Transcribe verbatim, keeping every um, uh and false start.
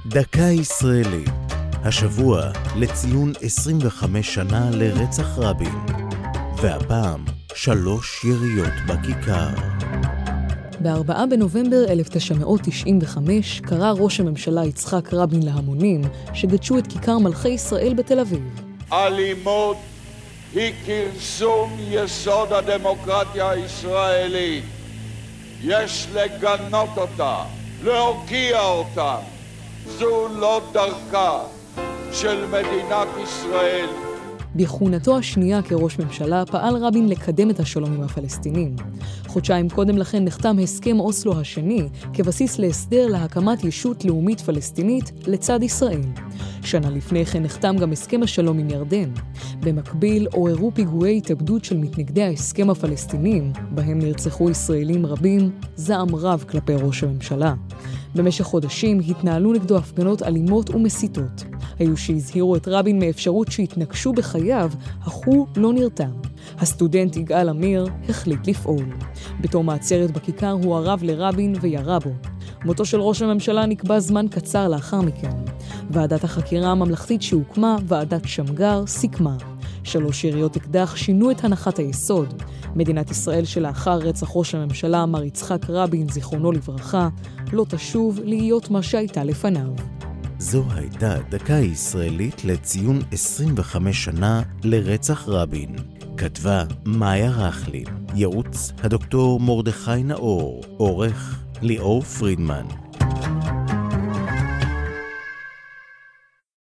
דקה ישראלית, השבוע לציון עשרים וחמש שנה לרצח רבין, והפעם שלוש יריות בכיכר. ב-ארבעה בנובמבר אלף תשע מאות תשעים וחמש קרא ראש הממשלה יצחק רבין להמונים שגדשו את כיכר מלכי ישראל בתל אביב. אלימות היא כרסום יסוד הדמוקרטיה הישראלית. יש לגנות אותה, להוקיע אותה. זו לא דרכה של מדינת ישראל. בכהונתו השנייה כראש ממשלה פעל רבין לקדם את השלום עם הפלסטינים. חודשיים קודם לכן נחתם הסכם אוסלו השני כבסיס להסדר להקמת ישות לאומית פלסטינית לצד ישראל. שנה לפני כן נחתם גם הסכם השלום עם ירדן. במקביל עוררו פיגועי התאבדות של מתנגדי ההסכם הפלסטינים, בהם נרצחו ישראלים רבים, זעם רב כלפי ראש הממשלה. במשך חודשים התנהלו נגדו הפגנות אלימות ומסיתות. היו שהזהירו את רבין מאפשרות שהתנגשו בחייו, אך הוא לא נרתם. הסטודנט יגאל עמיר החליט לפעול. בתום העצרת בכיכר הוא ערב לרבין וירה בו. מותו של ראש הממשלה נקבע זמן קצר לאחר מכן. ועדת החקירה הממלכתית שהוקמה, ועדת שמגר, סיכמה. שלוש יריות אקדח שינו את הנחת היסוד. מדינת ישראל שלאחר רצח ראש הממשלה מר יצחק רבין, זיכרונו לברכה, לא תשוב להיות מה שהייתה לפניו. זו הייתה דקה ישראלית לציון עשרים וחמש שנה לרצח רבין. כתבה מאיה רכלין, ייעוץ הדוקטור מרדכי נאור, עורך ליאור פרידמן.